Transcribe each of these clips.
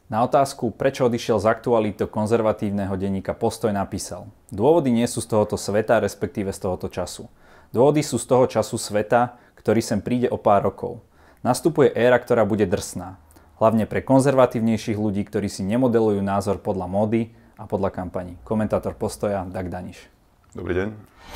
Na otázku, prečo odišiel z Aktuality do konzervatívneho denníka Postoj, napísal: Dôvody nie sú z tohoto sveta, respektíve z tohoto času. Dôvody sú z toho času sveta, ktorý sem príde o pár rokov. Nastupuje éra, ktorá bude drsná. Hlavne pre konzervatívnejších ľudí, ktorí si nemodelujú názor podľa módy a podľa kampaní. Komentátor Postoja Dag Daniš. Dobrý deň.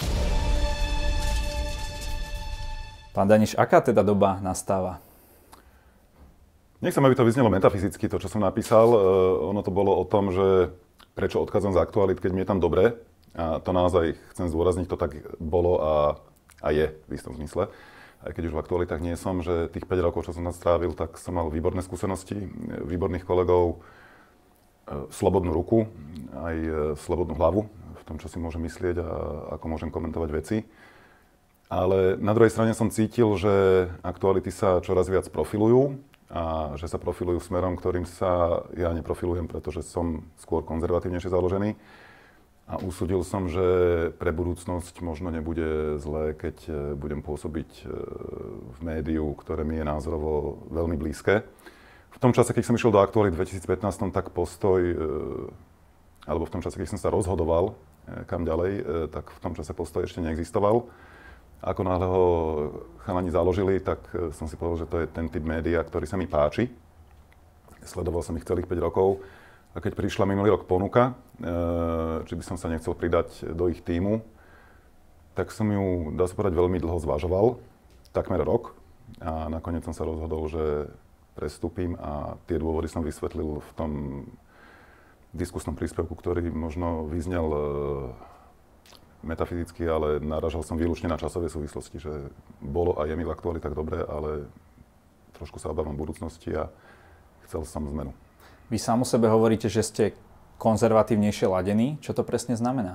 Pán Daniš, aká teda doba nastáva? Nechcem, aby to vyznelo metafyzicky, to, čo som napísal. Ono to bolo o tom, že prečo odchádzam z Aktualit, keď mi je tam dobre. A to naozaj chcem zdôrazniť, to tak bolo a je v istom zmysle. Aj keď už v Aktualitách nie som, že tých 5 rokov, čo som tam strávil, tak som mal výborné skúsenosti, výborných kolegov, slobodnú ruku, aj slobodnú hlavu v tom, čo si môžem myslieť a ako môžem komentovať veci. Ale na druhej strane som cítil, že Aktuality sa čoraz viac profilujú a že sa profilujú smerom, ktorým sa ja neprofilujem, pretože som skôr konzervatívnejšie založený. A usúdil som, že pre budúcnosť možno nebude zlé, keď budem pôsobiť v médiu, ktoré mi je názorovo veľmi blízke. V tom čase, keď som išiel do Aktualit v 2015, tak Postoj, alebo v tom čase, keď som sa rozhodoval, kam ďalej, tak v tom čase Postoj ešte neexistoval. Ako náhle ho chalani založili, tak som si povedal, že to je ten typ média, ktorý sa mi páči. Sledoval som ich celých 5 rokov. A keď prišla minulý rok ponuka, či by som sa nechcel pridať do ich tímu, tak som ju, dá sa povedať, veľmi dlho zvažoval. Takmer rok. A nakoniec som sa rozhodol, že prestúpim a tie dôvody som vysvetlil v tom diskusnom príspevku, ktorý možno vyznel metafyzicky, ale náražal som výlučne na časové súvislosti, že bolo a je mi v Aktualitách dobre, ale trošku sa obávam budúcnosti a chcel som zmenu. Vy sám o sebe hovoríte, že ste konzervatívnejšie ladení. Čo to presne znamená?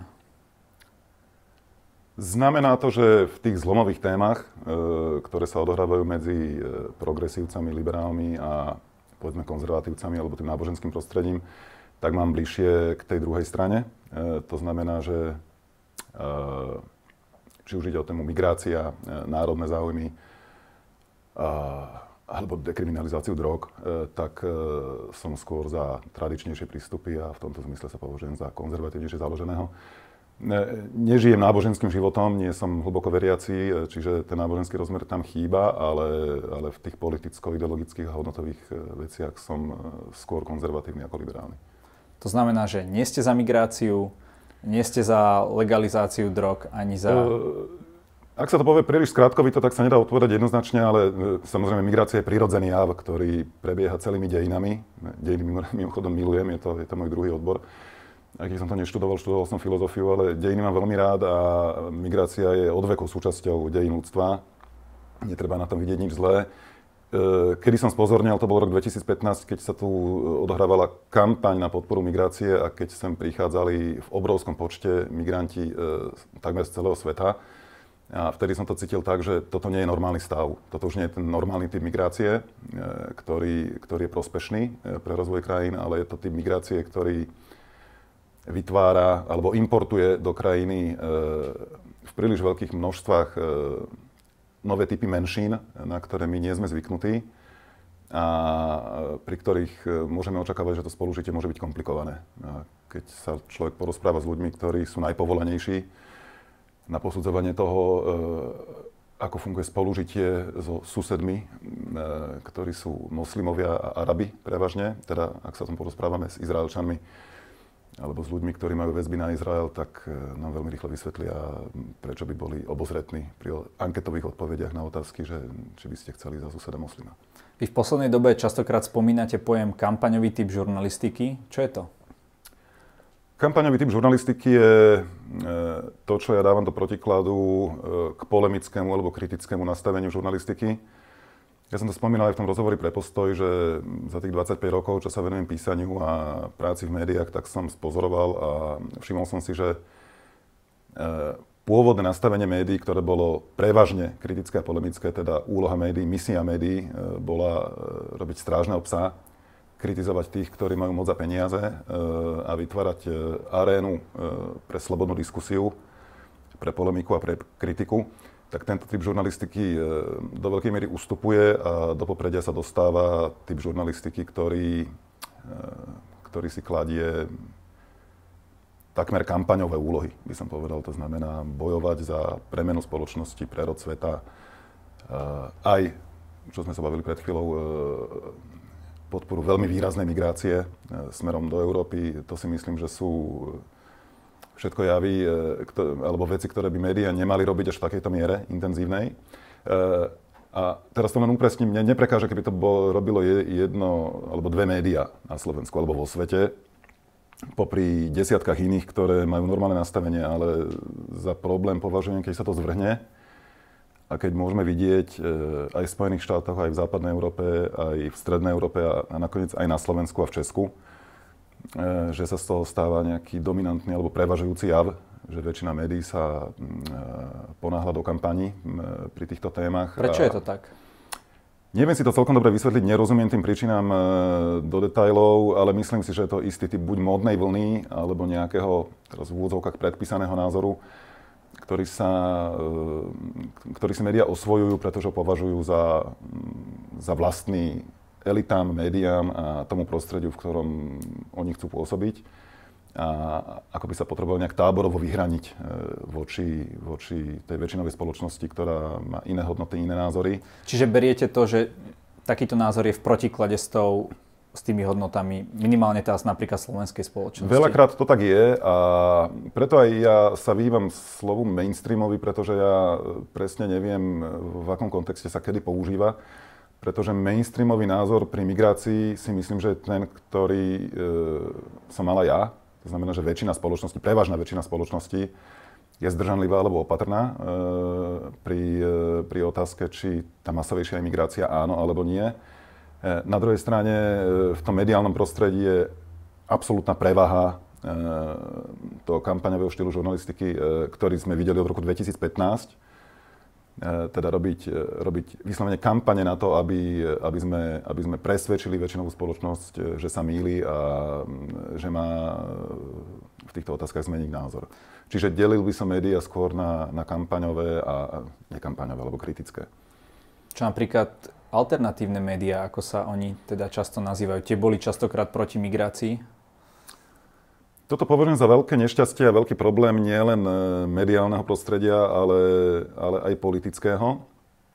Znamená to, že v tých zlomových témach, ktoré sa odohrávajú medzi progresívcami, liberálmi a povedzme konzervatívcami alebo tým náboženským prostredím, tak mám bližšie k tej druhej strane. To znamená, že či už ide o tému migrácia, národné záujmy alebo dekriminalizáciu drog, tak som skôr za tradičnejšie prístupy a v tomto zmysle sa považujem za konzervatívnejšie založeného. Nežijem náboženským životom, nie som hlboko veriaci, čiže ten náboženský rozmer tam chýba, ale v tých politicko-ideologických a hodnotových veciach som skôr konzervatívny ako liberálny. To znamená, že nie ste za migráciu, nie ste za legalizáciu drog, ani za... Ak sa to povie príliš skrátkovito, tak sa nedá odpovedať jednoznačne, ale samozrejme migrácia je prirodzený jav, ktorý prebieha celými dejinami. Dejiny mimochodom milujem, je to môj druhý odbor. Aj keď som to neštudoval, študoval som filozofiu, ale dejiny mám veľmi rád a migrácia je od vekov súčasťou dejín ľudstva. Netreba na tom vidieť nič zlé. Kedy som spozornil, to bol rok 2015, keď sa tu odohrávala kampaň na podporu migrácie a keď sem prichádzali v obrovskom počte migranti takmer z celého sveta. A vtedy som to cítil tak, že toto nie je normálny stav. Toto už nie je ten normálny typ migrácie, ktorý je prospešný pre rozvoj krajín, ale je to typ migrácie, ktorý vytvára alebo importuje do krajiny v príliš veľkých množstvách nové typy menšín, na ktoré my nie sme zvyknutí a pri ktorých môžeme očakávať, že to spolužitie môže byť komplikované. A keď sa človek porozpráva s ľuďmi, ktorí sú najpovolanejší na posudzovanie toho, ako funguje spolužitie so susedmi, ktorí sú moslimovia a Arabi prevažne, teda ak sa tom porozprávame s Izraelčanmi, alebo s ľuďmi, ktorí majú väzby na Izrael, tak nám veľmi rýchlo vysvetlia, prečo by boli obozretní pri anketových odpovediach na otázky, že či by ste chceli za suseda moslima. Vy v poslednej dobe častokrát spomínate pojem kampaňový typ žurnalistiky. Čo je to? Kampaňový typ žurnalistiky je to, čo ja dávam do protikladu k polemickému alebo kritickému nastaveniu žurnalistiky. Ja som to spomínal aj v tom rozhovori pre Postoj, že za tých 25 rokov, čo sa venujem písaniu a práci v médiách, tak som spozoroval a všimol som si, že pôvodné nastavenie médií, ktoré bolo prevažne kritické a polemické, teda úloha médií, misia médií, bola robiť strážneho psa, kritizovať tých, ktorí majú moc a peniaze a vytvárať arénu pre slobodnú diskusiu, pre polemiku a pre kritiku. Tak tento typ žurnalistiky do veľkej miery ustupuje a do popredia sa dostáva typ žurnalistiky, ktorý ktorý si kladie takmer kampaňové úlohy, by som povedal. To znamená bojovať za premenu spoločnosti, prerod sveta. Aj, čo sme sa bavili pred chvíľou, podporu veľmi výraznej migrácie smerom do Európy. To si myslím, že sú všetko javy, alebo veci, ktoré by médiá nemali robiť až v takejto miere intenzívnej. A teraz to len upresním, mne neprekáže, keby to robilo jedno alebo dve médiá na Slovensku alebo vo svete, popri desiatkách iných, ktoré majú normálne nastavenie, ale za problém považujem, keď sa to zvrhne a keď môžeme vidieť aj v Spojených štátoch, aj v západnej Európe, aj v strednej Európe a nakoniec aj na Slovensku a v Česku, že sa z toho stáva nejaký dominantný alebo prevažujúci jav, že väčšina médií sa ponáhľa do kampaní pri týchto témach. Prečo je to tak? Neviem si to celkom dobre vysvetliť, nerozumiem tým príčinám do detailov, ale myslím si, že je to istý typ buď módnej vlny, alebo nejakého, teraz v úvodzovkách, predpísaného názoru, ktorý si médiá osvojujú, pretože ho považujú za vlastný elitám, médiám a tomu prostrediu, v ktorom oni chcú pôsobiť. A ako by sa potreboval nejak táborovo vyhraniť voči tej väčšinovej spoločnosti, ktorá má iné hodnoty, iné názory. Čiže beriete to, že takýto názor je v protiklade s tými hodnotami, minimálne teraz napríklad slovenskej spoločnosti? Veľakrát to tak je a preto aj ja sa vyhýbam slovu mainstreamový, pretože ja presne neviem, v akom kontexte sa kedy používa. Pretože mainstreamový názor pri migrácii si myslím, že je ten, ktorý som mala ja. To znamená, že väčšina spoločnosti, prevažná väčšina spoločnosti je zdržanlivá alebo opatrná pri otázke, či tá masovejšia imigrácia áno alebo nie. Na druhej strane v tom mediálnom prostredí je absolútna prevaha toho kampaňového štýlu žurnalistiky, ktorý sme videli od roku 2015. Teda robiť vyslovene kampane na to, aby sme presvedčili väčšinovú spoločnosť, že sa mýli a že má v týchto otázkach zmeniť názor. Čiže delil by som médiá skôr na kampaňové a nekampaňové, alebo kritické. Čo napríklad alternatívne médiá, ako sa oni teda často nazývajú, tie boli častokrát proti migrácii? Toto považujem za veľké nešťastie a veľký problém nielen mediálneho prostredia, ale aj politického.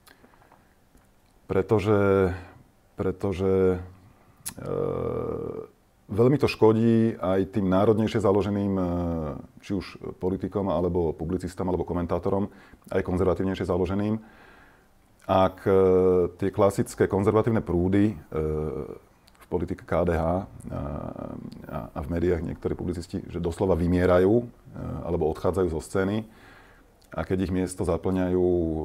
Pretože veľmi to škodí aj tým národnejšie založeným, či už politikom, alebo publicistom, alebo komentátorom, aj konzervatívnejšie založeným. Ak tie klasické konzervatívne prúdy v politike KDH a v médiách niektorí publicisti, že doslova vymierajú alebo odchádzajú zo scény a keď ich miesto zaplňajú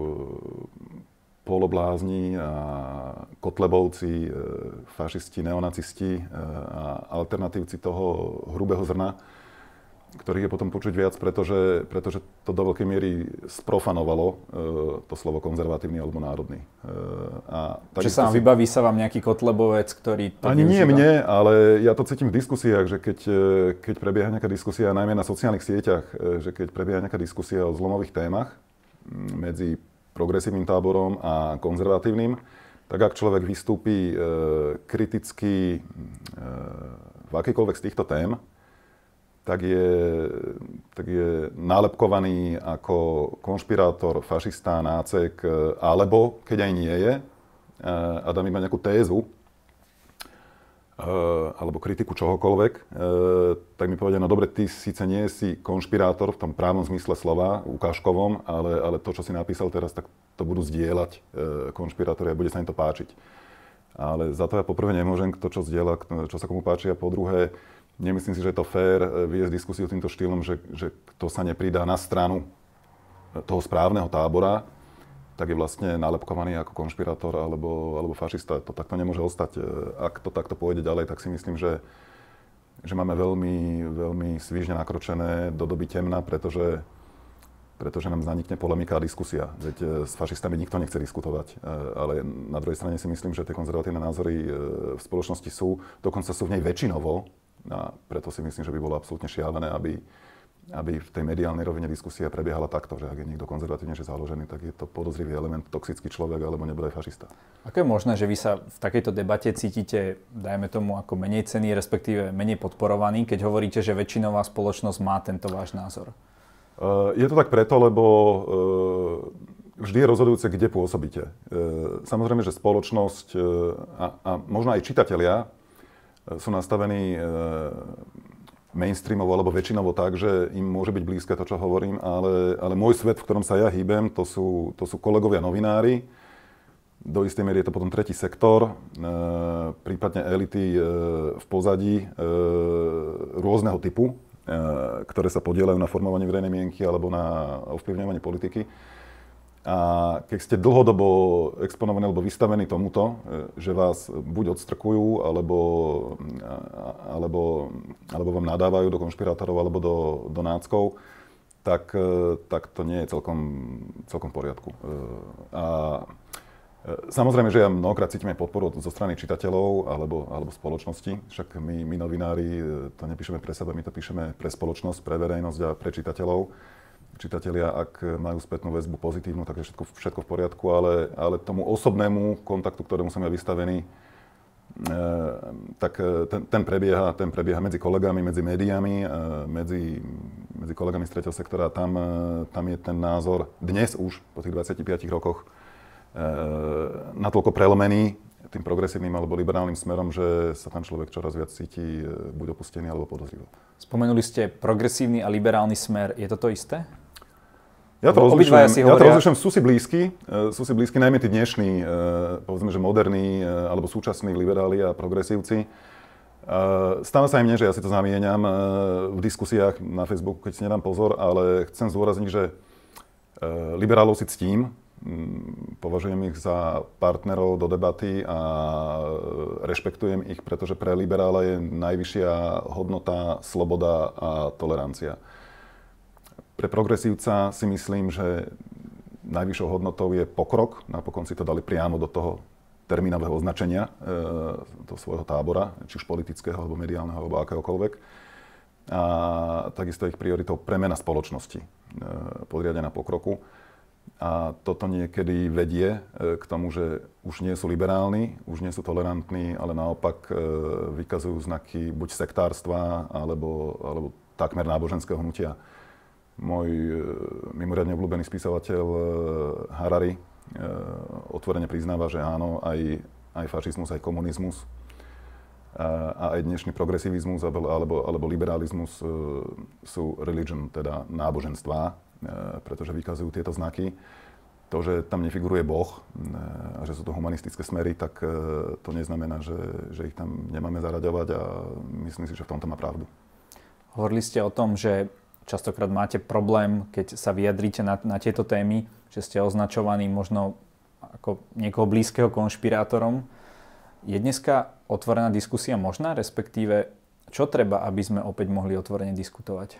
poloblázni a kotlebovci, fašisti, neonacisti a alternatívci toho hrubého zrna, ktorých je potom počuť viac, pretože to do veľkej miery sprofanovalo to slovo konzervatívny alebo národný. Čiže sa vám vybaví sa vám nejaký kotlebovec, ktorý to ani využíva? Nie mne, ale ja to cítim v diskusiách, že keď prebieha nejaká diskusia, najmä na sociálnych sieťach, že keď prebieha nejaká diskusia o zlomových témach medzi progresívnym táborom a konzervatívnym, tak ak človek vystúpi kriticky v akejkoľvek z týchto tém, tak je nálepkovaný ako konšpirátor, fašista, nácek, alebo keď aj nie je, a dám iba nejakú tézu, alebo kritiku čohokoľvek, tak mi povedia, no dobre, ty síce nie si konšpirátor v tom právnom zmysle slova, ukážkovom, ale to, čo si napísal teraz, tak to budú zdieľať konšpirátori a bude sa im to páčiť. Ale za to ja poprvé nemôžem, kto čo zdieľa, čo sa komu páči, a po druhé, nemyslím si, že je to fér viesť diskusiu týmto štýlom, že kto sa nepridá na stranu toho správneho tábora, tak je vlastne nálepkovaný ako konšpirátor alebo fašista. To takto nemôže ostať. Ak to takto pôjde ďalej, tak si myslím, že máme veľmi, veľmi svižne nakročené do doby temna, pretože nám zanikne polemika a diskusia. Veď s fašistami nikto nechce diskutovať. Ale na druhej strane si myslím, že tie konzervatívne názory v spoločnosti sú, dokonca sú v nej väčšinovo. A preto si myslím, že by bolo absolútne šialené, aby v tej mediálnej rovine diskusia prebiehala takto, že ak je niekto konzervatívnejšie založený, tak je to podozrivý element, toxický človek alebo nebude aj fašista. Ako je možné, že vy sa v takejto debate cítite, dajme tomu, ako menej cenný, respektíve menej podporovaný, keď hovoríte, že väčšinová spoločnosť má tento váš názor? Je to tak preto, lebo vždy je rozhodujúce, kde pôsobíte. Samozrejme, že spoločnosť a možno aj čitatelia sú nastavení mainstreamovo alebo väčšinovo tak, že im môže byť blízke to, čo hovorím, ale môj svet, v ktorom sa ja hýbem, to sú kolegovia novinári. Do istej miery je to potom tretí sektor, prípadne elity v pozadí rôzneho typu, ktoré sa podieľajú na formovanie verejnej mienky alebo na ovplyvňovanie politiky. A keď ste dlhodobo exponovaní alebo vystavení tomuto, že vás buď odstrkujú, alebo vám nadávajú do konšpirátorov alebo do náckov, tak to nie je celkom v poriadku. A samozrejme, že ja mnohokrát cítim aj podporu zo strany čitateľov alebo spoločnosti. Však my novinári to nepíšeme pre seba, my to píšeme pre spoločnosť, pre verejnosť a pre čitateľov. Čitatelia, ak majú spätnú väzbu pozitívnu, tak je všetko v poriadku, ale tomu osobnému kontaktu, ktorému som ja vystavený, tak ten prebieha medzi kolegami, medzi médiami, medzi kolegami z tretieho sektora. Tam je ten názor dnes už, po tých 25 rokoch, natoľko prelomený tým progresívnym alebo liberálnym smerom, že sa tam človek čoraz viac cíti buď opustený alebo podozrivý. Spomenuli ste progresívny a liberálny smer. Je to isté? Ja to rozlišujem, sú si blízky, najmä tí dnešní, povedzme, že moderní alebo súčasní liberáli a progresívci. Stáva sa aj mne, že ja si to zamieňam v diskusiách na Facebooku, keď si nedám pozor, ale chcem zdôrazniť, že liberálov si ctím, považujem ich za partnerov do debaty a rešpektujem ich, pretože pre liberála je najvyššia hodnota sloboda a tolerancia. Pre progresívca si myslím, že najvyššou hodnotou je pokrok. Napokon si to dali priamo do toho termínového označenia do svojho tábora, či už politického, alebo mediálneho, alebo akéhokoľvek. A takisto ich prioritou premena spoločnosti, podriadená pokroku. A toto niekedy vedie k tomu, že už nie sú liberálni, už nie sú tolerantní, ale naopak vykazujú znaky buď sektárstva, alebo takmer náboženského hnutia. Môj mimoriadne obľúbený spisovateľ Harari otvorene priznáva, že áno, aj fašizmus, aj komunizmus a aj dnešný progresivizmus alebo liberalizmus sú religion, teda náboženstvá, pretože vykazujú tieto znaky. To, že tam nefiguruje Boh a že sú to humanistické smery, tak to neznamená, že ich tam nemáme zaraďovať a myslím si, že v tomto má pravdu. Hovorili ste o tom, že častokrát máte problém, keď sa vyjadríte na tieto témy, že ste označovaní možno ako niekoho blízkeho konšpirátorom. Je dneska otvorená diskusia možná, respektíve čo treba, aby sme opäť mohli otvorene diskutovať?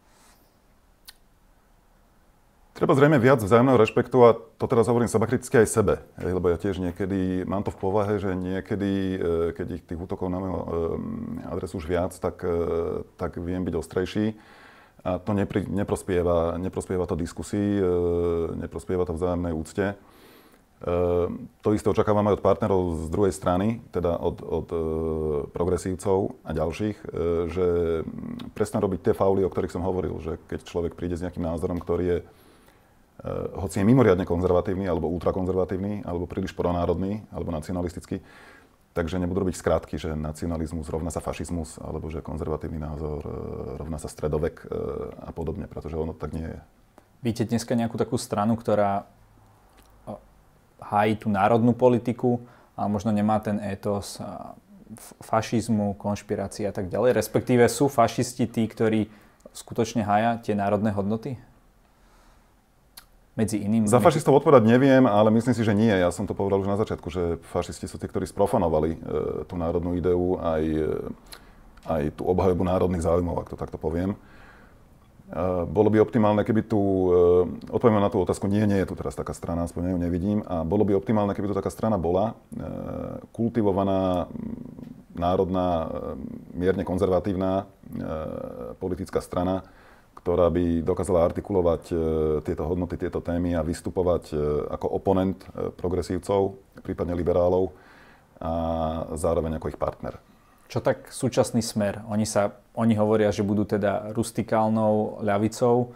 Treba zrejme viac vzájomného rešpektu a to teraz hovorím sebakriticky aj sebe, lebo ja tiež niekedy mám to v povahe, že niekedy, keď ich tých útokov na moju adresu už viac, tak viem byť ostrejší. A to neprospieva to diskusii, neprospieva to vzájomnej úcte. To isté očakávam aj od partnerov z druhej strany, teda od progresívcov a ďalších, že presne robiť tie fauly, o ktorých som hovoril, že keď človek príde s nejakým názorom, ktorý je hoci je mimoriadne konzervatívny, alebo ultrakonzervatívny, alebo príliš pronárodný, alebo nacionalistický, takže nebudú robiť skratky, že nacionalizmus rovná sa fašizmus, alebo že konzervatívny názor rovná sa stredovek a podobne, pretože ono tak nie je. Vidíte dneska nejakú takú stranu, ktorá hájí tú národnú politiku a možno nemá ten étos fašizmu, konšpirácie a tak ďalej? Respektíve sú fašisti tí, ktorí skutočne hája tie národné hodnoty? Medzi iným... Za fašistov odpovedať neviem, ale myslím si, že nie. Ja som to povedal už na začiatku, že fašisti sú tí, ktorí sprofanovali tú národnú ideu, aj tú obhajobu národných záujmov, ak to takto poviem. Bolo by optimálne, keby tu... Odpoviem na tú otázku, nie je tu teraz taká strana, aspoň ju nevidím. A bolo by optimálne, keby tu taká strana bola, kultivovaná, národná, mierne konzervatívna politická strana, ktorá by dokázala artikulovať tieto hodnoty, tieto témy a vystupovať ako oponent progresívcov, prípadne liberálov a zároveň ako ich partner. Čo tak súčasný Smer? Oni hovoria, že budú teda rustikálnou ľavicou.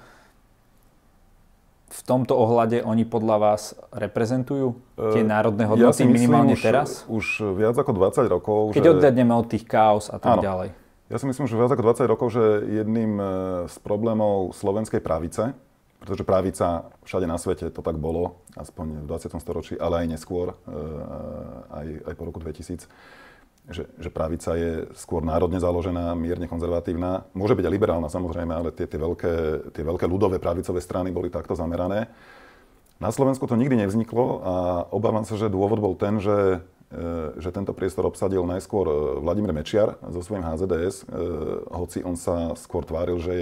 V tomto ohľade oni podľa vás reprezentujú tie národné hodnoty minimálne teraz? Už viac ako 20 rokov. Keď odhľadneme od tých chaos a tak ďalej. Ja si myslím, že viac ako 20 rokov, že jedným z problémov slovenskej pravice, pretože pravica všade na svete to tak bolo, aspoň v 20. storočí, ale aj neskôr, aj po roku 2000, že pravica je skôr národne založená, mierne konzervatívna. Môže byť aj liberálna samozrejme, ale tie veľké ľudové pravicové strany boli takto zamerané. Na Slovensku to nikdy nevzniklo a obávam sa, že dôvod bol ten, že tento priestor obsadil najskôr Vladimír Mečiar so svojím HZDS, hoci on sa skôr tváril, že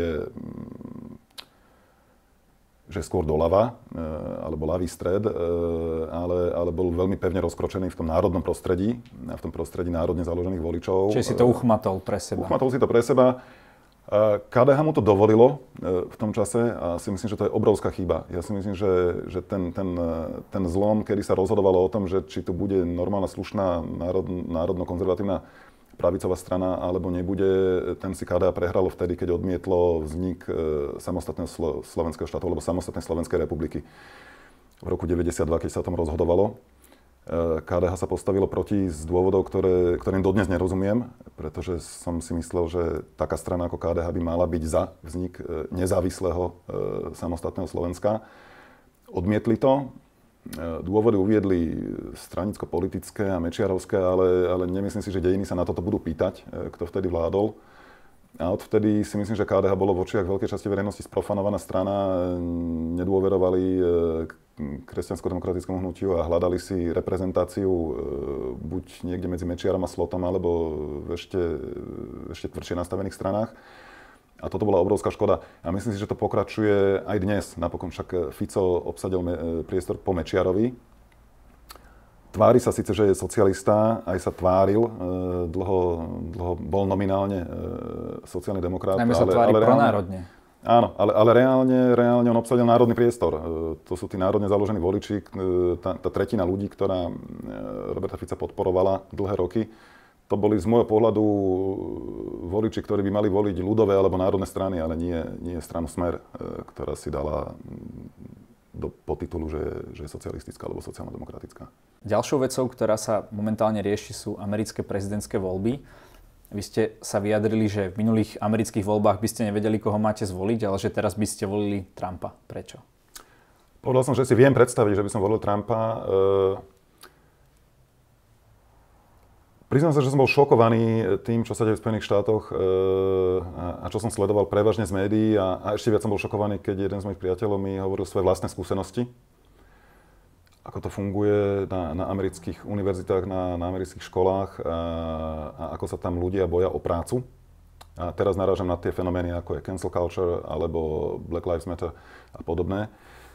je skôr doľava, alebo ľavý stred, ale bol veľmi pevne rozkročený v tom národnom prostredí, v tom prostredí národne založených voličov. Čiže si to uchmatol pre seba. Uchmatol si to pre seba. KDH mu to dovolilo v tom čase a si myslím, že to je obrovská chyba. Ja si myslím, že ten zlom, kedy sa rozhodovalo o tom, že či tu bude normálna, slušná, národno-konzervatívna pravicová strana, alebo nebude, ten si KDH prehralo vtedy, keď odmietlo vznik samostatného slovenského štátu, alebo samostatnej Slovenskej republiky. V roku 92, keď sa o tom rozhodovalo. KDH sa postavilo proti z dôvodov, ktorým dodnes nerozumiem, pretože som si myslel, že taká strana ako KDH by mala byť za vznik nezávislého samostatného Slovenska. Odmietli to. Dôvody uviedli stranicko-politické a mečiarovské, ale nemyslím si, že dejiny sa na toto budú pýtať, kto vtedy vládol. A odvtedy si myslím, že KDH bolo v očiach veľkej časti verejnosti sprofanovaná strana, nedôverovali kresťansko-demokratickému hnutiu a hľadali si reprezentáciu buď niekde medzi Mečiarom a Slotom, alebo v ešte tvrdšie nastavených stranách. A toto bola obrovská škoda. A myslím si, že to pokračuje aj dnes. Napokon však Fico obsadil priestor po Mečiarovi. Tvári sa síce, že je socialista, aj sa tváril, dlho bol nominálne sociálny demokrat. Najmä sa tvári pronárodne. Áno, ale reálne on obsadil národný priestor. To sú tí národne založení voliči, tá tretina ľudí, ktorá Roberta Fica podporovala dlhé roky. To boli z môjho pohľadu voliči, ktorí by mali voliť ľudové alebo národné strany, ale nie stranu Smer, ktorá si dala do podtitulu, že je socialistická alebo sociálno-demokratická. Ďalšou vecou, ktorá sa momentálne rieši, sú americké prezidentské voľby. Vy ste sa vyjadrili, že v minulých amerických voľbách by ste nevedeli, koho máte zvoliť, ale že teraz by ste volili Trumpa. Prečo? Povedal som, že si viem predstaviť, že by som volil Trumpa. Priznám sa, že som bol šokovaný tým, čo sa deje v Spojených štátoch a čo som sledoval prevažne z médií a ešte viac som bol šokovaný, keď jeden z mojich priateľov mi hovoril svoje vlastné skúsenosti. Ako to funguje na amerických univerzitách, na amerických školách a ako sa tam ľudia boja o prácu. A teraz narážam na tie fenomény, ako je cancel culture alebo Black Lives Matter a podobné.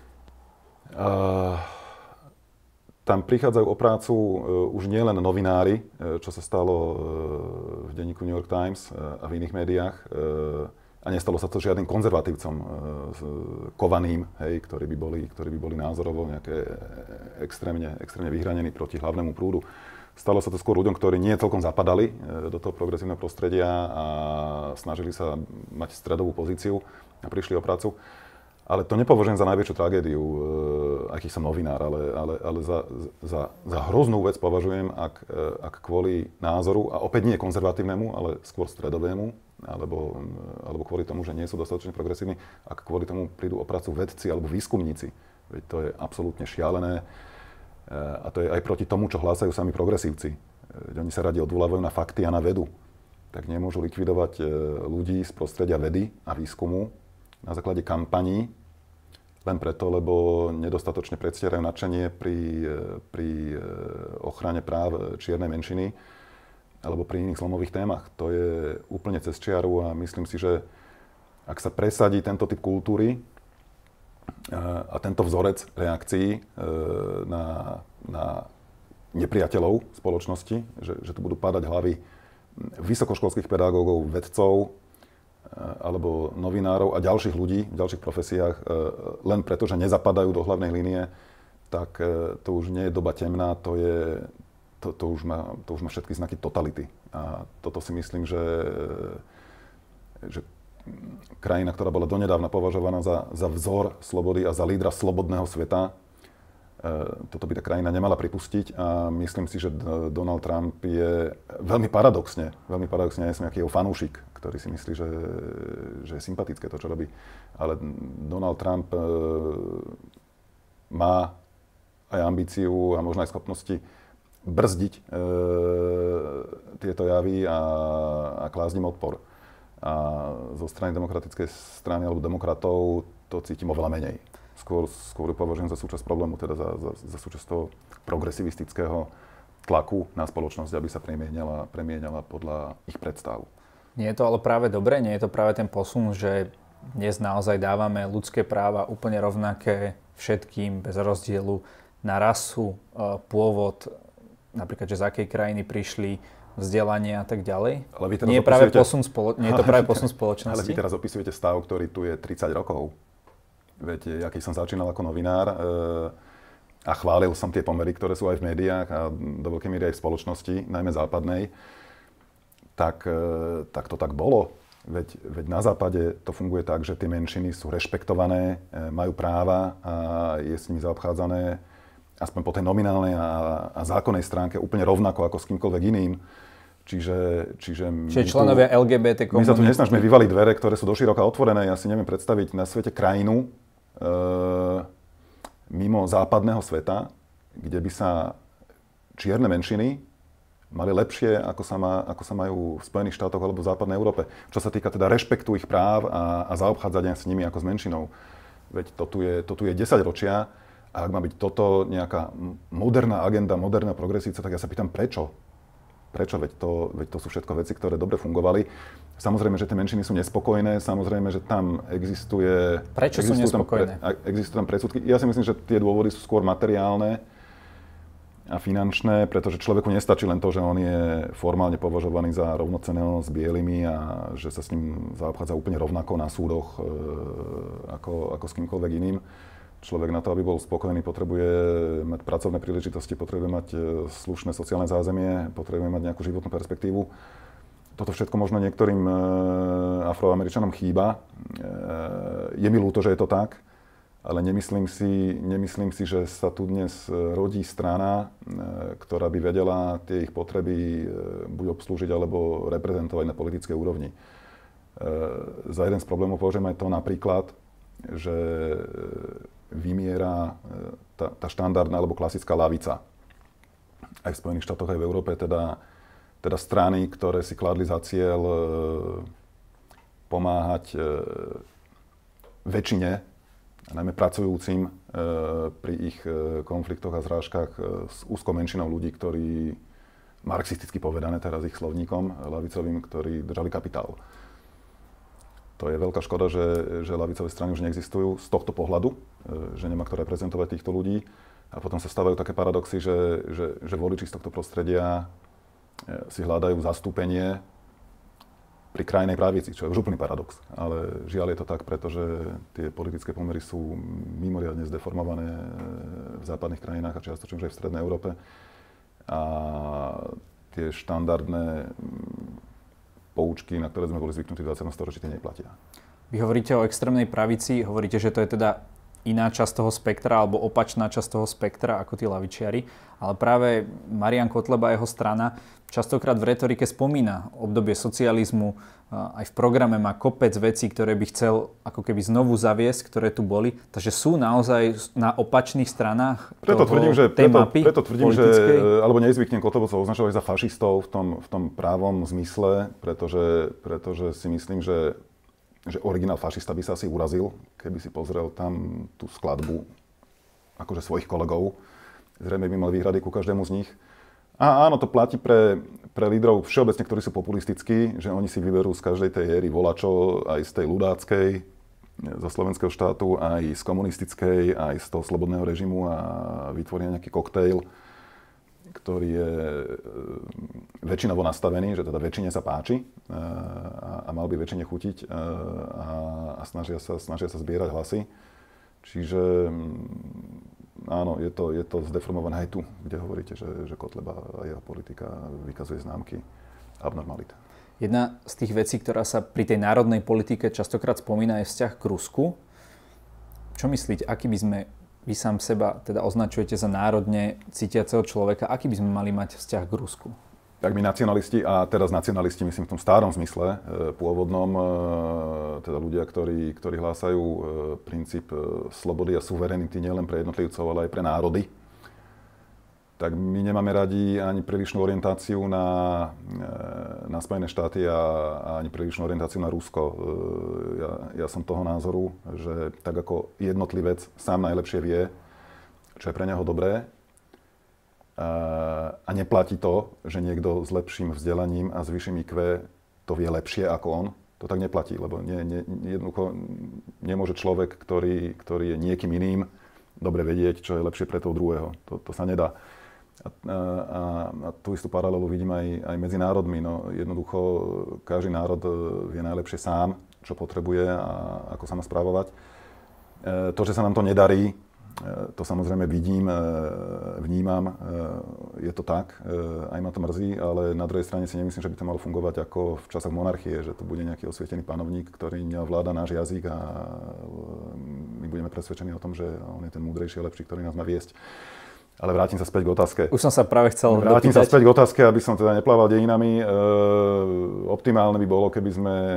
Tam prichádzajú o prácu už nielen novinári, čo sa stalo v denníku New York Times a v iných médiách. A nestalo sa to žiadnym konzervatívcom kovaným, ktorí by boli názorovo nejaké extrémne vyhranení proti hlavnému prúdu. Stalo sa to skôr ľuďom, ktorí nie celkom zapadali do toho progresívneho prostredia a snažili sa mať stredovú pozíciu a prišli o prácu. Ale to nepovažujem za najväčšiu tragédiu, aký som novinár, ale za hroznú vec považujem, ak kvôli názoru, a opäť nie konzervatívnemu, ale skôr stredovému, alebo kvôli tomu, že nie sú dostatočne progresívni, ak kvôli tomu prídu o prácu vedci alebo výskumníci. Veď to je absolútne šialené a to je aj proti tomu, čo hlásajú sami progresívci. Oni sa radi odvolávajú na fakty a na vedu. Tak nemôžu likvidovať ľudí z prostredia vedy a výskumu na základe kampaní, len preto, lebo nedostatočne predstierajú nadšenie pri ochrane práv čiernej menšiny alebo pri iných zlomových témach. To je úplne cez čiaru a myslím si, že ak sa presadí tento typ kultúry a tento vzorec reakcií na nepriateľov spoločnosti, že tu budú padať hlavy vysokoškolských pedagógov, vedcov, alebo novinárov a ďalších ľudí v ďalších profesiách len preto, že nezapadajú do hlavnej línie, tak to už nie je doba temná, to už má všetky znaky totality. A toto si myslím, že krajina, ktorá bola donedávna považovaná za vzor slobody a za lídra slobodného sveta, toto by tá krajina nemala pripustiť a myslím si, že Donald Trump je veľmi paradoxne, ja som nejaký jeho fanúšik, ktorý si myslí, že je sympatické to, čo robí. Ale Donald Trump má aj ambíciu a možno aj schopnosti brzdiť tieto javy a klásť im odpor. A zo strany demokratickej strany alebo demokratov to cítim oveľa menej. Skôr považujem za súčasť problému, teda za súčasť toho progresivistického tlaku na spoločnosť, aby sa premieňala podľa ich predstav. Nie je to ale práve dobre? Nie je to práve ten posun, že dnes naozaj dávame ľudské práva úplne rovnaké všetkým, bez rozdielu na rasu, pôvod, napríklad, že z akej krajiny prišli, vzdelanie a tak ďalej? Nie je to práve posun spoločnosti? Ale vy teraz opisujete stav, ktorý tu je 30 rokov. Viete, ja keď som začínal ako novinár a chválil som tie pomery, ktoré sú aj v médiách a do veľkej miery aj v spoločnosti, najmä západnej, tak to tak bolo. Veď na západe to funguje tak, že tie menšiny sú rešpektované, majú práva a je s nimi zaobchádzané aspoň po tej nominálnej a zákonnej stránke úplne rovnako ako s kýmkoľvek iným. Čiže členovia LGBT komunity. My sa tu nesnažíme vyvaliť dvere, ktoré sú doširoka otvorené. Ja si neviem predstaviť na svete krajinu mimo západného sveta, kde by sa čierne menšiny mali lepšie, ako sa majú v Spojených štátoch alebo v západnej Európe. Čo sa týka teda rešpektu ich práv a zaobchádzania s nimi ako s menšinou. Veď to tu je 10 ročia a ak má byť toto nejaká moderná agenda, moderná progresívca, tak ja sa pýtam prečo? Prečo? Veď to sú všetko veci, ktoré dobre fungovali. Samozrejme, že tie menšiny sú nespokojné, samozrejme, že tam existuje... Prečo sú nespokojné? Existujú tam predsudky. Ja si myslím, že tie dôvody sú skôr materiálne a finančné, pretože človeku nestačí len to, že on je formálne považovaný za rovnocenného s bielými a že sa s ním zaobchádza úplne rovnako na súdoch ako s kýmkoľvek iným. Človek na to, aby bol spokojný, potrebuje mať pracovné príležitosti, potrebuje mať slušné sociálne zázemie, potrebuje mať nejakú životnú perspektívu. Toto všetko možno niektorým Afroameričanom chýba. Je mi ľúto, že je to tak, ale nemyslím si, že sa tu dnes rodí strana, ktorá by vedela tie ich potreby buď obslúžiť, alebo reprezentovať na politickej úrovni. Za jeden z problémov považujem aj to napríklad, že vymiera tá štandardná alebo klasická ľavica. Aj v Spojených štátoch, aj v Európe, teda strany, ktoré si kládli za cieľ pomáhať väčšine, najmä pracujúcim pri ich konfliktoch a zrážkach s úzkou menšinou ľudí, ktorí, marxisticky povedané teraz ich slovníkom ľavicovým, ktorí držali kapitál. To je veľká škoda, že ľavicové strany už neexistujú z tohto pohľadu, že nemá kto reprezentovať týchto ľudí. A potom sa stávajú také paradoxy, že voliči z tohto prostredia si hľadajú zastúpenie pri krajnej pravici, čo je už úplný paradox. Ale žiaľ je to tak, pretože tie politické pomery sú mimoriadne zdeformované v západných krajinách a čiastočne už aj v strednej Európe. A tie štandardné poučky, na ktoré sme boli zvyknutí v 20. storočí, tie neplatia. Vy hovoríte o extrémnej pravici, hovoríte, že to je teda iná časť toho spektra, alebo opačná časť toho spektra ako tí lavičiari, ale práve Marian Kotleba a jeho strana častokrát v retorike spomína obdobie socializmu, aj v programe má kopec vecí, ktoré by chcel ako keby znovu zaviesť, ktoré tu boli, takže sú naozaj na opačných stranách tej mapy politickej? Alebo nezvyknem Kotlebovcov označovať za fašistov v tom právom zmysle, pretože si myslím, že originál fašista by sa asi urazil, keby si pozrel tam tú skladbu akože svojich kolegov. Zrejme by mal výhrady ku každému z nich. A áno, to platí pre lídrov všeobecne, ktorí sú populistickí, že oni si vyberú z každej tej éry volačo, aj z tej ľudáckej, zo slovenského štátu, aj z komunistickej, aj z toho slobodného režimu a vytvoria nejaký koktejl, ktorý je väčšinovo nastavený, že teda väčšine sa páči a a mal by väčšine chutiť a snažia sa zbierať hlasy. Čiže áno, je to zdeformované aj tu, kde hovoríte, že Kotleba a jeho politika vykazuje známky abnormality. Jedna z tých vecí, ktorá sa pri tej národnej politike častokrát spomína, je vzťah k Rusku. Čo myslíte, aký by sme, vy sám seba teda označujete za národne cítiaceho človeka, aký by sme mali mať vzťah k Rusku? Tak my nacionalisti, a teraz nacionalisti myslím v tom starom zmysle, pôvodnom, teda ľudia, ktorí hlásajú princíp slobody a suverenity nielen pre jednotlivcov, ale aj pre národy, tak my nemáme radi ani prílišnú orientáciu na Spojené štáty a ani prílišnú orientáciu na Rusko. Ja som toho názoru, že tak ako jednotlivec sám najlepšie vie, čo je pre neho dobré, a neplatí to, že niekto s lepším vzdelaním a s vyšším IQ to vie lepšie ako on. To tak neplatí, lebo jednoducho nemôže človek, ktorý je niekým iným, dobre vedieť, čo je lepšie pre toho druhého. To sa nedá. A tú istú paralelu vidím aj medzi národmi. No, jednoducho každý národ vie najlepšie sám, čo potrebuje a ako sa má správovať. To, že sa nám to nedarí, to samozrejme vidím, vnímam, je to tak, aj ma to mrzí, ale na druhej strane si nemyslím, že by to malo fungovať ako v časoch monarchie, že to bude nejaký osvietený panovník, ktorý neovláda náš jazyk a my budeme presvedčení o tom, že on je ten múdrejší a lepší, ktorý nás má viesť. Ale vrátim sa späť k otázke. Už som sa práve chcel dopýtať. Vrátim sa späť k otázke, aby som teda neplával dejinami. Optimálne by bolo, keby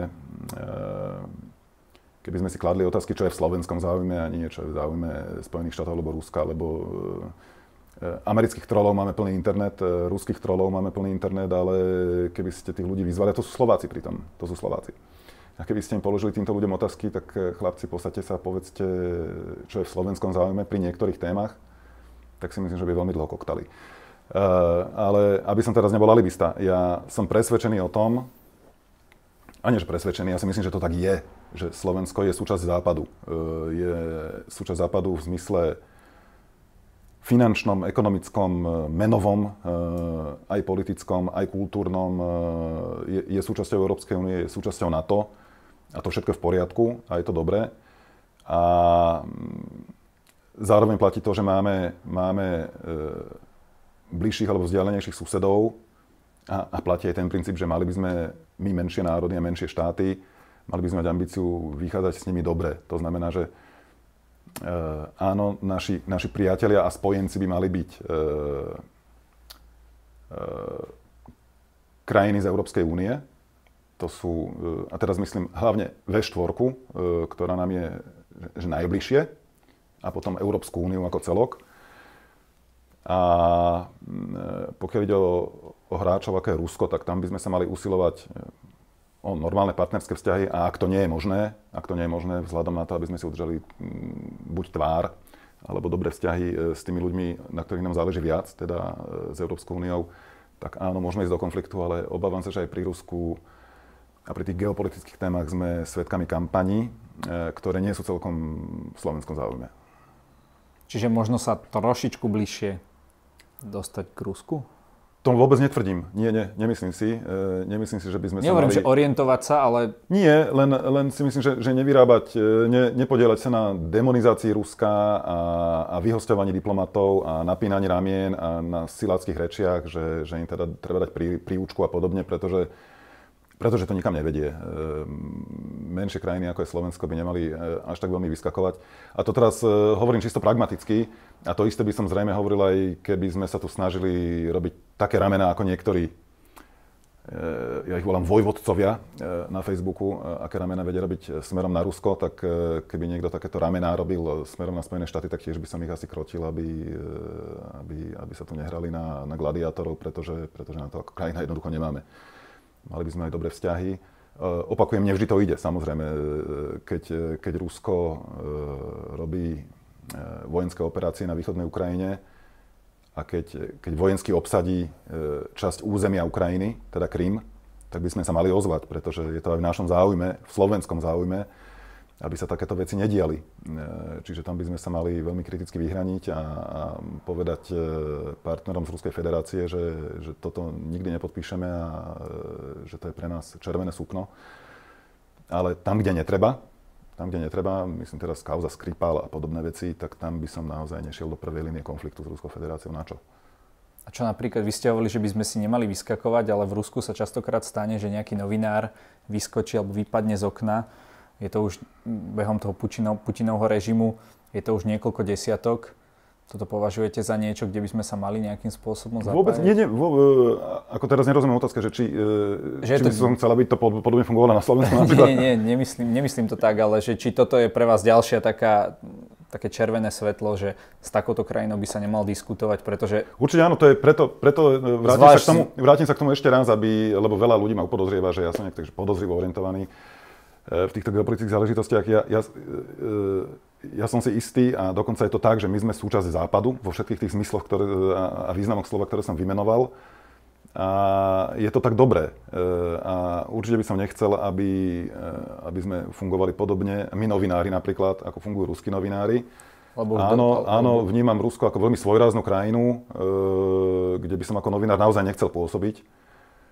sme si kladli otázky, čo je v slovenskom záujme a nie čo je v záujme Spojených štátov alebo Ruska, lebo amerických trolov máme plný internet, ruských trolov máme plný internet, ale keby ste tých ľudí vyzvali, a to sú Slováci pritom, to sú Slováci. A keby ste im položili týmto ľuďom otázky, tak chlapci, posaďte sa a povedzte, čo je v slovenskom záujme pri niektorých témach, tak si myslím, že by veľmi dlho koktali. Ale aby som teraz nebol alibista, ja som presvedčený o tom, a nie, že presvedčený, ja si myslím, že to tak je, že Slovensko je súčasť Západu. Je súčasť Západu v zmysle finančnom, ekonomickom, menovom, aj politickom, aj kultúrnom. Je súčasťou Európskej únie, je súčasťou NATO a to všetko je v poriadku a je to dobré. A zároveň platí to, že máme bližších alebo vzdialenejších susedov, a platí aj ten princíp, že mali by sme my menšie národy a menšie štáty, mali by sme mať ambíciu vychádzať s nimi dobre. To znamená, že áno, naši priatelia a spojenci by mali byť krajiny z Európskej únie. To sú, a teraz myslím hlavne V4, ktorá nám je že najbližšie, a potom Európsku úniu ako celok. A pokiaľ ide o hráčov, ako je Rusko, tak tam by sme sa mali usilovať o normálne partnerské vzťahy a ak to nie je možné, vzhľadom na to, aby sme si udržali buď tvár, alebo dobré vzťahy s tými ľuďmi, na ktorých nám záleží viac, teda s Európskou úniou, tak áno, môžeme ísť do konfliktu, ale obávam sa, že aj pri Rusku a pri tých geopolitických témach sme svedkami kampaní, ktoré nie sú celkom v slovenskom záujme. Čiže možno sa trošičku bližšie dostať k Rusku? To vôbec netvrdím. Nie, nemyslím si. Nemyslím si, že by sme Nehovorím, že orientovať sa, ale... Nie, len si myslím, že nevyrábať, nepodielať sa na demonizácii Ruska a vyhosťovaní diplomatov a napínaní ramien a na siláckých rečiach, že im teda treba dať príučku a podobne, pretože to nikam nevedie. Menšie krajiny, ako je Slovensko, by nemali až tak veľmi vyskakovať. A to teraz hovorím čisto pragmaticky. A to isté by som zrejme hovoril aj, keby sme sa tu snažili robiť také ramená, ako niektorí, ja ich volám vojvodcovia na Facebooku, aké ramená vedia robiť smerom na Rusko, tak keby niekto takéto ramená robil smerom na Spojené štáty, tak tiež by som ich asi krotil, aby sa tu nehrali na gladiátorov, pretože na to ako krajina jednoducho nemáme. Mali by sme aj dobré vzťahy. Opakujem, nevždy to ide, samozrejme. Keď Rusko robí vojenské operácie na východnej Ukrajine a keď vojensky obsadí časť územia Ukrajiny, teda Krym, tak by sme sa mali ozvať, pretože je to aj v našom záujme, v slovenskom záujme, aby sa takéto veci nediali. Čiže tam by sme sa mali veľmi kriticky vyhraniť a povedať partnerom z Ruskej federácie, že toto nikdy nepodpíšeme a že to je pre nás červené sukno. ale tam, kde netreba, myslím teraz kauza Skripal a podobné veci, tak tam by som naozaj nešiel do prvej línie konfliktu s Ruskou federáciou. Na čo? A čo napríklad, vy ste hovorili, že by sme si nemali vyskakovať, ale v Rusku sa častokrát stane, že nejaký novinár vyskočí alebo vypadne z okna. Je to už behom toho Putinovho režimu, je to už niekoľko desiatok. Toto považujete za niečo, kde by sme sa mali nejakým spôsobom zapájať? Vôbec nie. Ako teraz nerozumiem otázka, že či by som chcela, aby to podobne fungovalo na Slovensku napríklad? Nie, nemyslím to tak, ale že či toto je pre vás ďalšia také červené svetlo, že s takouto krajinou by sa nemal diskutovať, pretože... Určite áno, to je preto vrátim sa k tomu ešte raz, lebo veľa ľudí ma upodozrieva, že ja som nejak takže podozrivo orientovaný v týchto geopolitických záležitostiach. Ja som si istý a dokonca je to tak, že my sme súčasť Západu vo všetkých tých zmysloch a významoch slova, ktoré som vymenoval. A je to tak dobré. A určite by som nechcel, aby sme fungovali podobne. My novinári napríklad, ako fungujú ruskí novinári. Áno, vnímam Rusko ako veľmi svojráznú krajinu, kde by som ako novinár naozaj nechcel pôsobiť.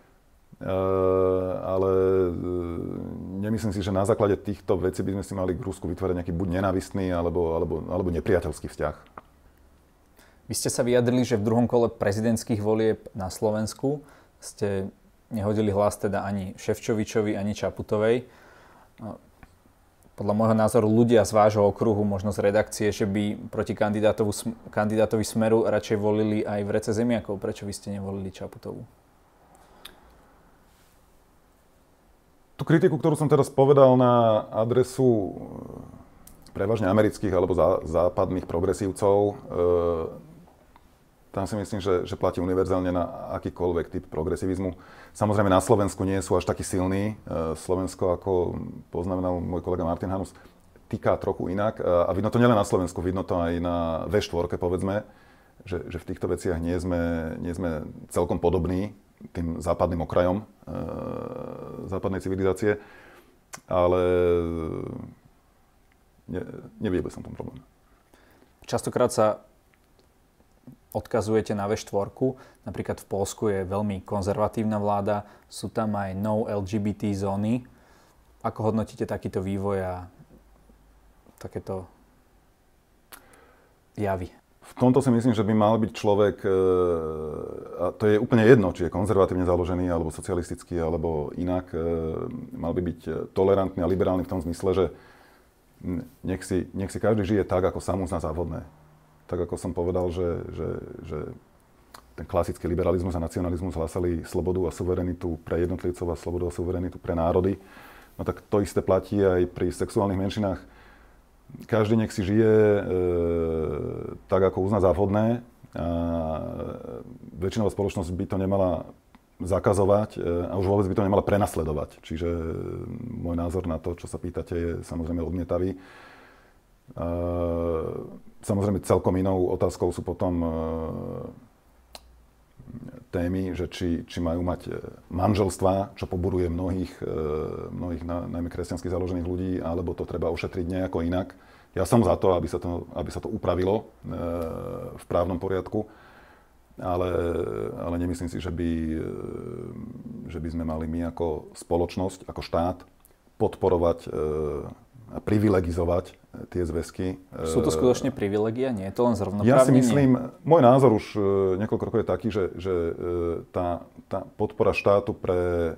Ale nemyslím si, že na základe týchto vecí by sme si mali k Rusku vytvárať nejaký buď nenávistný alebo nepriateľský vzťah. Vy ste sa vyjadrili, že v druhom kole prezidentských volieb na Slovensku ste nehodili hlas teda ani Šefčovičovi, ani Čaputovej. Podľa môjho názoru ľudia z vášho okruhu, možno z redakcie, že by proti kandidátovi Smeru radšej volili aj Vrece zemiakov. Prečo vy ste nevolili Čaputovú? Tú kritiku, ktorú som teraz povedal na adresu prevažne amerických alebo západných progresívcov, tam si myslím, že platí univerzálne na akýkoľvek typ progresivizmu. Samozrejme na Slovensku nie sú až takí silní. Slovensko, ako poznamenal môj kolega Martin Hanus, týka trochu inak. A vidno to nielen na Slovensku, vidno to aj na V4, povedzme, že v týchto veciach nie sme celkom podobní tým západným okrajom západnej civilizácie, ale nevidel by som tom problém. Častokrát sa odkazujete na V4. Napríklad v Poľsku je veľmi konzervatívna vláda, sú tam aj no LGBT zóny. Ako hodnotíte takýto vývoj a takéto javy? V tomto si myslím, že by mal byť človek, a to je úplne jedno, či je konzervatívne založený, alebo socialistický, alebo inak, mal by byť tolerantný a liberálny v tom zmysle, že nech si každý žije tak, ako sa mu zná za vhodné. Tak ako som povedal, že ten klasický liberalizmus a nacionalizmus hlásali slobodu a suverenitu pre jednotlivcov a slobodu a suverenitu pre národy, no tak to isté platí aj pri sexuálnych menšinách. Každý nech si žije tak, ako uzná za vhodné. Väčšinová spoločnosť by to nemala zakazovať a už vôbec by to nemala prenasledovať. Čiže môj názor na to, čo sa pýtate, je samozrejme odmietavý. Samozrejme celkom inou otázkou sú potom témy, že či majú mať manželstva, čo poburuje mnohých najmä kresťansky založených ľudí, alebo to treba ošetriť nejako inak. Ja som za to, aby sa to upravilo v právnom poriadku, ale nemyslím si, že by sme mali my ako spoločnosť, ako štát podporovať a privilegizovať tie zväzky. Sú to skutočne privilegia? Nie je to len zrovnoprávnenie? Ja si myslím, môj názor už niekoľko rokov je taký, že tá podpora štátu pre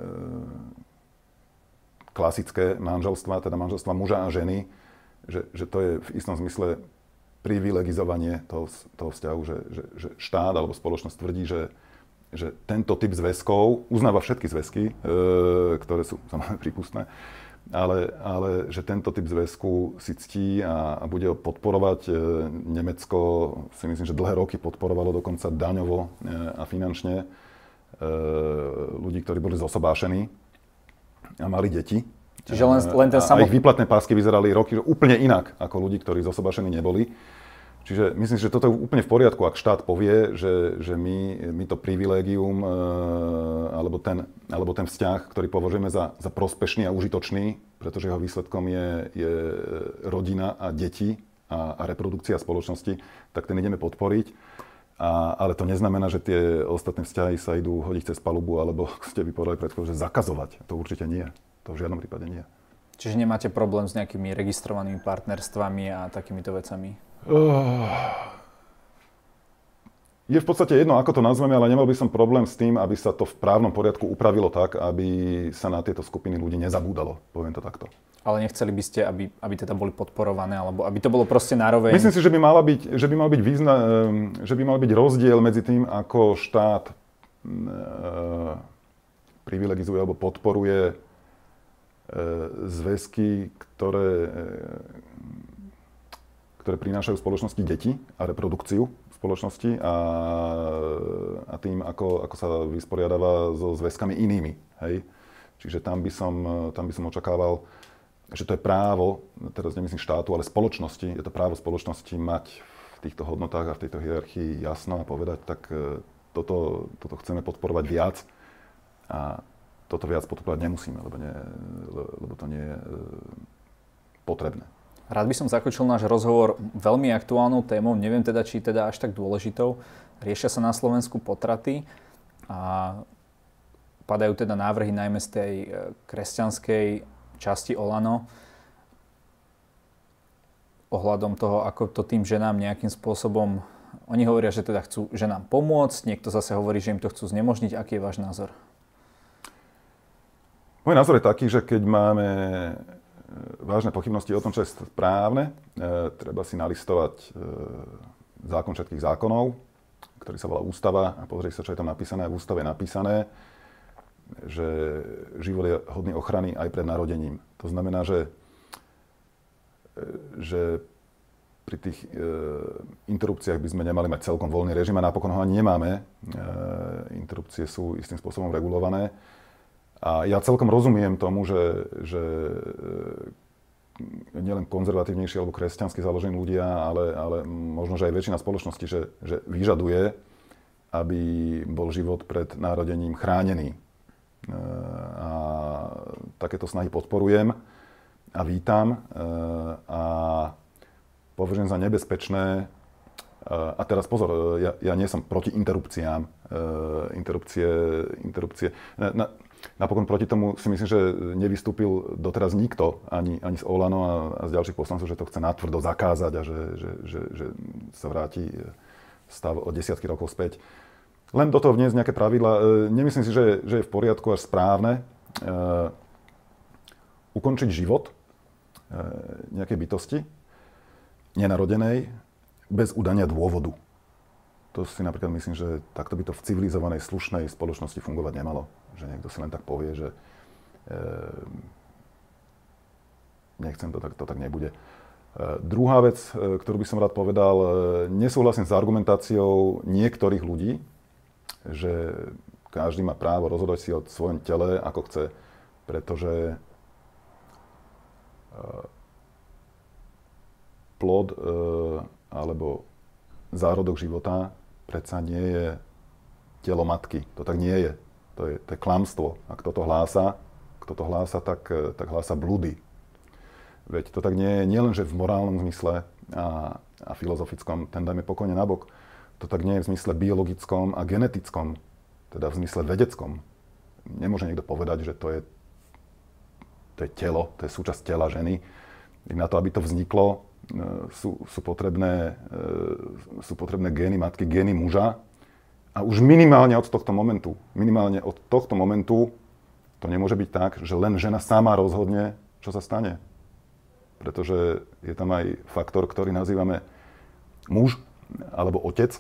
klasické manželstva, teda manželstva muža a ženy, že to je v istom zmysle privilegizovanie toho vzťahu, že štát alebo spoločnosť tvrdí, že tento typ zväzkov uznáva všetky zväzky, ktoré sú samozrejme prípustné, ale že tento typ zväzku si ctí a bude ho podporovať. Nemecko si myslím, že dlhé roky podporovalo dokonca daňovo a finančne ľudí, ktorí boli zosobášení a mali deti. Čiže len ten a ich výplatné pásky vyzerali roky úplne inak ako ľudí, ktorí zosobášení neboli. Čiže myslím si, že toto je úplne v poriadku, ak štát povie, že my to privilégium alebo ten vzťah, ktorý považujeme za prospešný a užitočný, pretože jeho výsledkom je rodina a deti a reprodukcia spoločnosti, tak ten ideme podporiť. Ale to neznamená, že tie ostatné vzťahy sa idú hodiť cez palubu, alebo, ako ste vypovedali pred chvíľou, že zakazovať. To určite nie. To v žiadnom prípade nie. Čiže nemáte problém s nejakými registrovanými partnerstvami a takýmito vecami? Je v podstate jedno, ako to nazveme, ale nemal by som problém s tým, aby sa to v právnom poriadku upravilo tak, aby sa na tieto skupiny ľudí nezabúdalo. Poviem to takto. Ale nechceli by ste, aby teda boli podporované, alebo aby to bolo proste nároveň? Myslím si, že by mal byť rozdiel medzi tým, ako štát privilegizuje alebo podporuje zväzky, ktoré prinášajú spoločnosti deti a reprodukciu v spoločnosti a tým, ako sa vysporiadáva so zväzkami inými. Hej? Čiže tam by som očakával, že to je právo, teraz nemyslím štátu, ale spoločnosti, je to právo spoločnosti mať v týchto hodnotách a v tejto hierarchii jasno a povedať, tak toto chceme podporovať viac a toto viac podporovať nemusíme, lebo to nie je potrebné. Rád by som zakončil náš rozhovor veľmi aktuálnou témou, neviem teda, či teda až tak dôležitou. Riešia sa na Slovensku potraty a padajú teda návrhy najmä z tej kresťanskej časti Olano ohľadom toho, ako to tým ženám nejakým spôsobom, oni hovoria, že teda chcú ženám pomôcť, niekto zase hovorí, že im to chcú znemožniť. Aký je váš názor? Môj názor je taký, že keď máme vážne pochybnosti o tom, čo je správne, treba si nalistovať zákon všetkých zákonov, ktorý sa volá Ústava a pozrieť sa, čo je tam napísané. V Ústave je napísané, že život je hodný ochrany aj pred narodením. To znamená, že pri tých interrupciách by sme nemali mať celkom voľný režim a napokon ho ani nemáme. Interrupcie sú istým spôsobom regulované. A ja celkom rozumiem tomu, že nielen konzervatívnejší alebo kresťansky založení ľudia, ale možno, že aj väčšina spoločnosti, že vyžaduje, aby bol život pred narodením chránený. A takéto snahy podporujem a vítam a považujem za nebezpečné. A teraz pozor, ja nie som proti interrupciám. Interrupcie. Napokon proti tomu si myslím, že nevystúpil doteraz nikto, ani z Olano a z ďalších poslancov, že to chce natvrdo zakázať a že sa vráti stav o desiatky rokov späť. Len do toho vniesť nejaké pravidlá. Nemyslím si, že je v poriadku až správne ukončiť život nejakej bytosti nenarodenej bez udania dôvodu. To si napríklad myslím, že takto by to v civilizovanej, slušnej spoločnosti fungovať nemalo. Že niekto si len tak povie, že nechcem to tak nebude. Druhá vec, ktorú by som rád povedal, nesúhlasím s argumentáciou niektorých ľudí, že každý má právo rozhodovať si o svojom tele, ako chce, pretože plod alebo zárodok života predsa nie je telo matky. To tak nie je. To je klamstvo. A kto to hlása, tak hlása blúdy. Veď to tak nie je nielen, že v morálnom zmysle a filozofickom, ten dajme pokojne nabok. To tak nie je v zmysle biologickom a genetickom, teda v zmysle vedeckom. Nemôže niekto povedať, že to je telo, to je súčasť tela ženy. Na to, aby to vzniklo, sú potrebné gény matky, gény muža. A už minimálne od tohto momentu to nemôže byť tak, že len žena sama rozhodne, čo sa stane. Pretože je tam aj faktor, ktorý nazývame muž alebo otec,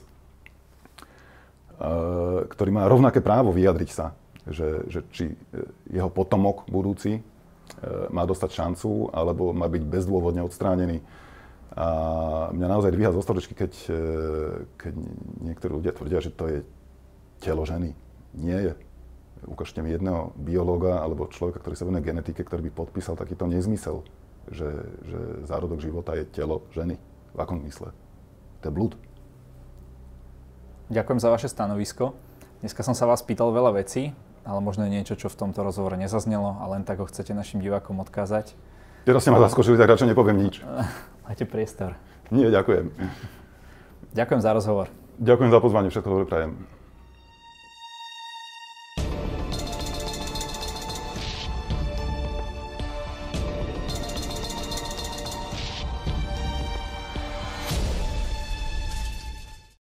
ktorý má rovnaké právo vyjadriť sa, že či jeho potomok budúci má dostať šancu, alebo má byť bezdôvodne odstránený. A mňa naozaj dvíha zo stoličky, keď niektorí ľudia tvrdia, že to je telo ženy. Nie je. Ukážte mi jedného biológa alebo človeka, ktorý sa venuje genetike, ktorý by podpísal takýto nezmysel, že zárodok života je telo ženy. V akom zmysle? To je blúd. Ďakujem za vaše stanovisko. Dneska som sa vás pýtal veľa vecí, ale možno je niečo, čo v tomto rozhovore nezaznelo a len tak ho chcete našim divákom odkázať. Teraz ste ma zaskočili, tak radšej nepoviem nič. Máte priestor. Nie, ďakujem. Ďakujem za rozhovor. Ďakujem za pozvanie, všetko dobre prajem.